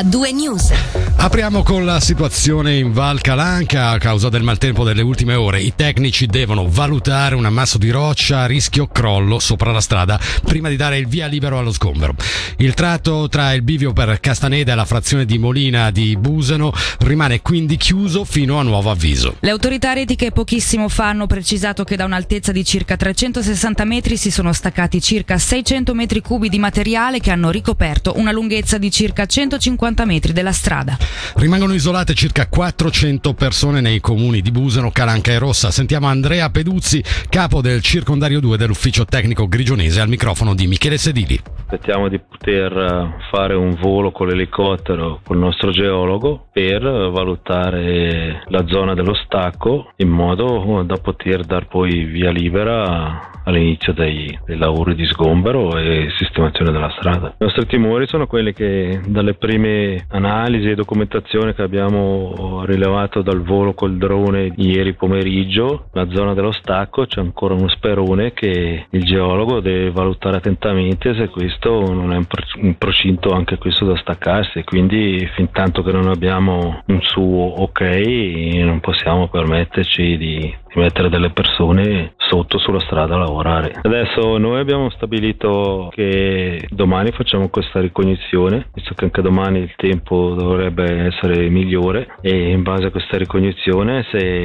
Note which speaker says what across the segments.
Speaker 1: A2 News.
Speaker 2: Apriamo con la situazione in Val Calanca. A causa del maltempo delle ultime ore, i tecnici devono valutare un ammasso di roccia a rischio crollo sopra la strada prima di dare il via libero allo sgombero. Il tratto tra il bivio per Castaneda e la frazione di Molina di Busano rimane quindi chiuso fino a nuovo avviso.
Speaker 3: Le autorità retiche pochissimo fa hanno precisato che da un'altezza di circa 360 metri si sono staccati circa 600 metri cubi di materiale che hanno ricoperto una lunghezza di circa 150 metri della strada.
Speaker 2: Rimangono isolate circa 400 persone nei comuni di Busano, Calanca e Rossa. Sentiamo Andrea Peduzzi, capo del circondario 2 dell'ufficio tecnico grigionese, al microfono di Michele Sedili.
Speaker 4: Aspettiamo di poter fare un volo con l'elicottero con il nostro geologo per valutare la zona dello stacco in modo da poter dar poi via libera all'inizio dei lavori di sgombero e sistemazione della strada. I nostri timori sono quelli che dalle prime analisi e documentazione che abbiamo rilevato dal volo col drone ieri pomeriggio, la zona dello stacco c'è ancora uno sperone che il geologo deve valutare attentamente se questo non è un procinto anche questo da staccarsi, quindi fin tanto che non abbiamo un suo ok non possiamo permetterci di mettere delle persone sotto sulla strada a lavorare. Adesso noi abbiamo stabilito che domani facciamo questa ricognizione, visto che anche domani il tempo dovrebbe essere migliore, e in base a questa ricognizione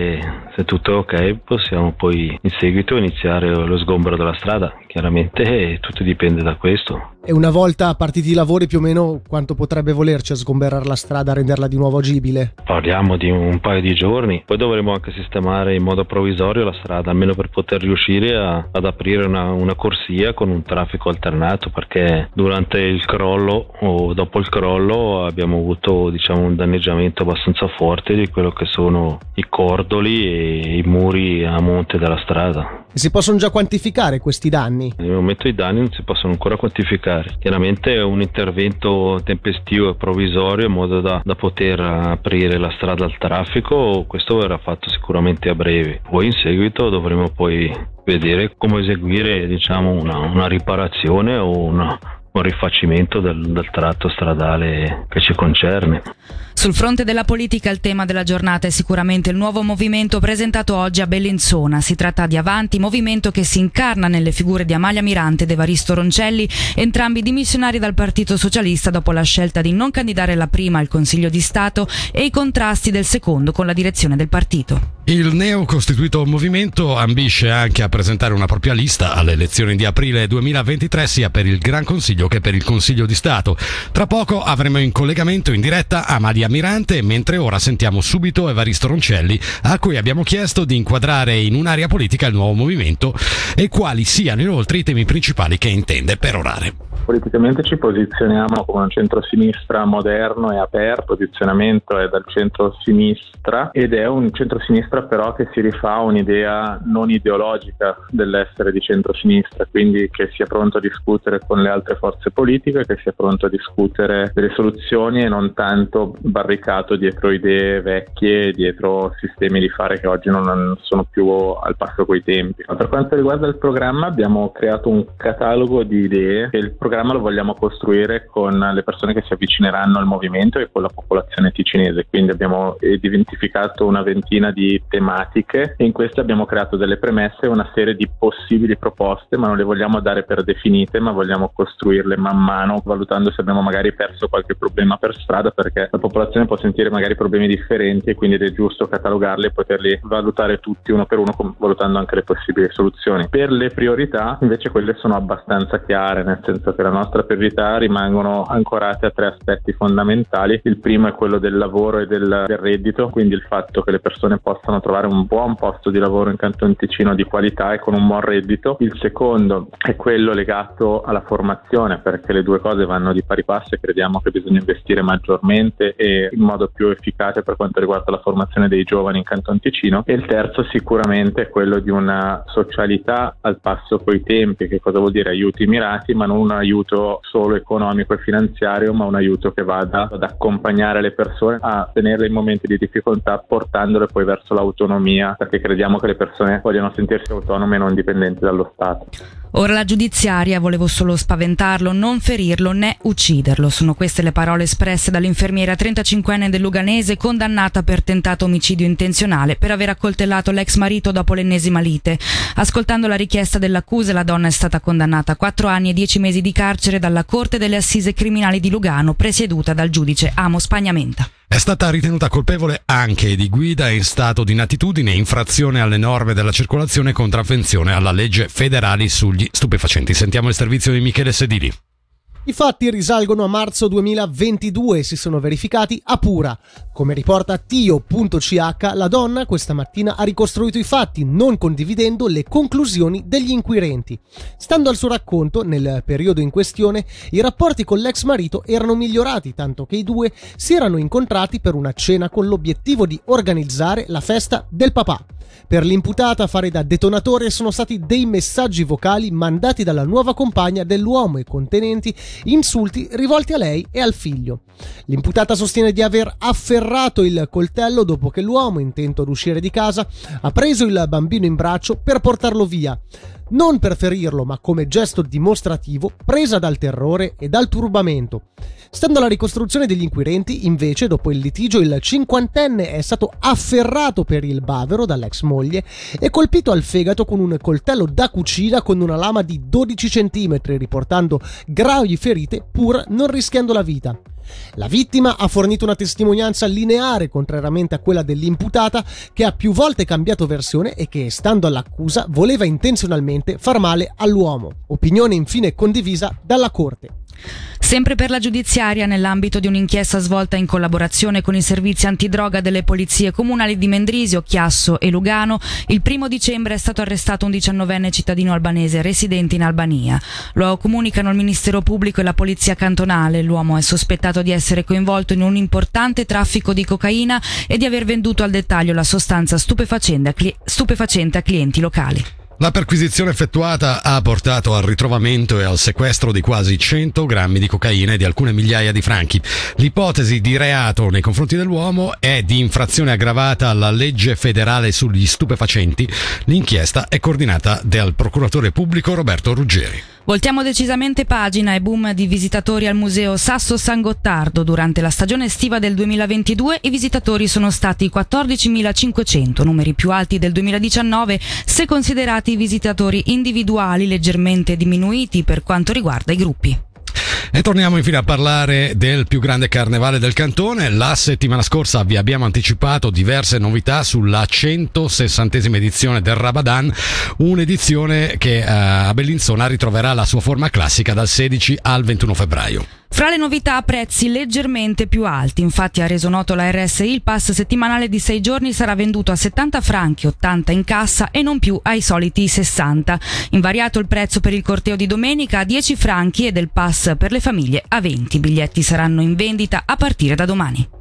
Speaker 4: se tutto è ok possiamo poi in seguito iniziare lo sgombero della strada. Chiaramente tutto dipende da questo.
Speaker 5: E una volta partiti i lavori, più o meno quanto potrebbe volerci a sgomberare la strada, a renderla di nuovo agibile?
Speaker 4: Parliamo di un paio di giorni, poi dovremo anche sistemare in modo provvisorio la strada, almeno per poter riuscire ad aprire una corsia con un traffico alternato, perché durante il crollo o dopo il crollo abbiamo avuto un danneggiamento abbastanza forte di quello che sono i cordoli e i muri a monte della strada.
Speaker 5: E si possono già quantificare questi danni?
Speaker 4: Nel momento i danni non si possono ancora quantificare. Chiaramente è un intervento tempestivo e provvisorio in modo da poter aprire la strada al traffico. Questo verrà fatto sicuramente a breve. Poi in seguito dovremo poi vedere come eseguire una riparazione o un rifacimento del tratto stradale che ci concerne.
Speaker 3: Sul fronte della politica il tema della giornata è sicuramente il nuovo movimento presentato oggi a Bellinzona. Si tratta di Avanti, movimento che si incarna nelle figure di Amalia Mirante ed Evaristo Roncelli, entrambi dimissionari dal Partito Socialista dopo la scelta di non candidare la prima al Consiglio di Stato e i contrasti del secondo con la direzione del partito.
Speaker 2: Il neocostituito movimento ambisce anche a presentare una propria lista alle elezioni di aprile 2023 sia per il Gran Consiglio che per il Consiglio di Stato. Tra poco avremo in collegamento in diretta Amalia Mirante, mentre ora sentiamo subito Evaristo Roncelli, a cui abbiamo chiesto di inquadrare in un'area politica il nuovo movimento e quali siano inoltre i temi principali che intende perorare.
Speaker 6: Politicamente ci posizioniamo come un centro-sinistra moderno e aperto, il posizionamento è dal centro-sinistra ed è un centro-sinistra però che si rifà a un'idea non ideologica dell'essere di centro-sinistra, quindi che sia pronto a discutere con le altre forze politiche, che sia pronto a discutere delle soluzioni e non tanto barricato dietro idee vecchie, dietro sistemi di fare che oggi non sono più al passo coi tempi. Per quanto riguarda il programma abbiamo creato un catalogo di idee e il programma lo vogliamo costruire con le persone che si avvicineranno al movimento e con la popolazione ticinese, quindi abbiamo identificato una ventina di tematiche e in queste abbiamo creato delle premesse e una serie di possibili proposte, ma non le vogliamo dare per definite, ma vogliamo costruirle man mano, valutando se abbiamo magari perso qualche problema per strada, perché la popolazione può sentire magari problemi differenti e quindi è giusto catalogarli e poterli valutare tutti uno per uno, valutando anche le possibili soluzioni. Per le priorità invece quelle sono abbastanza chiare, nel senso che la nostra priorità rimangono ancorate a tre aspetti fondamentali. Il primo è quello del lavoro e del reddito, quindi il fatto che le persone possano trovare un buon posto di lavoro in Canton Ticino di qualità e con un buon reddito. Il secondo è quello legato alla formazione, perché le due cose vanno di pari passo e crediamo che bisogna investire maggiormente e in modo più efficace per quanto riguarda la formazione dei giovani in Canton Ticino. E il terzo sicuramente è quello di una socialità al passo coi tempi. Che cosa vuol dire? Aiuti mirati, ma non un aiuto solo economico e finanziario, ma un aiuto che vada ad accompagnare le persone a tenerle in momenti di difficoltà, portandole poi verso l'autonomia, perché crediamo che le persone vogliano sentirsi autonome e non dipendenti dallo Stato.
Speaker 3: Ora la giudiziaria, volevo solo spaventarlo, non ferirlo né ucciderlo. Sono queste le parole espresse dall'infermiera 35enne del Luganese, condannata per tentato omicidio intenzionale per aver accoltellato l'ex marito dopo l'ennesima lite. Ascoltando la richiesta dell'accusa, la donna è stata condannata a 4 anni e 10 mesi di carcere dalla Corte delle Assise Criminali di Lugano, presieduta dal giudice Amo Spagnamenta.
Speaker 2: È stata ritenuta colpevole anche di guida in stato di inattitudine, infrazione alle norme della circolazione e contravvenzione alla legge federale sugli stupefacenti. Sentiamo il servizio di Michele Sedili.
Speaker 5: I fatti risalgono a marzo 2022 e si sono verificati a Pura. Come riporta Tio.ch, la donna questa mattina ha ricostruito i fatti, non condividendo le conclusioni degli inquirenti. Stando al suo racconto, nel periodo in questione, i rapporti con l'ex marito erano migliorati, tanto che i due si erano incontrati per una cena con l'obiettivo di organizzare la festa del papà. Per l'imputata a fare da detonatore sono stati dei messaggi vocali mandati dalla nuova compagna dell'uomo e contenenti insulti rivolti a lei e al figlio. L'imputata sostiene di aver afferrato il coltello dopo che l'uomo, intento ad uscire di casa, ha preso il bambino in braccio per portarlo via. Non per ferirlo, ma come gesto dimostrativo, presa dal terrore e dal turbamento. Stando alla ricostruzione degli inquirenti, invece, dopo il litigio, il 50enne è stato afferrato per il bavero dall'ex moglie e colpito al fegato con un coltello da cucina con una lama di 12 cm, riportando gravi ferite pur non rischiando la vita. La vittima ha fornito una testimonianza lineare, contrariamente a quella dell'imputata, che ha più volte cambiato versione e che, stando all'accusa, voleva intenzionalmente far male all'uomo. Opinione infine condivisa dalla Corte.
Speaker 3: Sempre per la giudiziaria, nell'ambito di un'inchiesta svolta in collaborazione con i servizi antidroga delle polizie comunali di Mendrisio, Chiasso e Lugano, il 1 dicembre è stato arrestato un 19enne cittadino albanese residente in Albania. Lo comunicano il Ministero Pubblico e la Polizia Cantonale. L'uomo è sospettato di essere coinvolto in un importante traffico di cocaina e di aver venduto al dettaglio la sostanza stupefacente a clienti locali.
Speaker 2: La perquisizione effettuata ha portato al ritrovamento e al sequestro di quasi 100 grammi di cocaina e di alcune migliaia di franchi. L'ipotesi di reato nei confronti dell'uomo è di infrazione aggravata alla legge federale sugli stupefacenti. L'inchiesta è coordinata dal procuratore pubblico Roberto Ruggeri.
Speaker 3: Voltiamo decisamente pagina e boom di visitatori al museo Sasso San Gottardo. Durante la stagione estiva del 2022 i visitatori sono stati 14.500, numeri più alti del 2019 se considerati i visitatori individuali, leggermente diminuiti per quanto riguarda i gruppi.
Speaker 2: E torniamo infine a parlare del più grande carnevale del cantone. La settimana scorsa vi abbiamo anticipato diverse novità sulla 160esima edizione del Rabadan, un'edizione che a Bellinzona ritroverà la sua forma classica dal 16 al 21 febbraio.
Speaker 3: Fra le novità, prezzi leggermente più alti. Infatti, ha reso noto la RSI, il pass settimanale di 6 giorni sarà venduto a 70 franchi, 80 in cassa e non più ai soliti 60. Invariato il prezzo per il corteo di domenica a 10 franchi e del pass per le famiglie a 20. I biglietti saranno in vendita a partire da domani.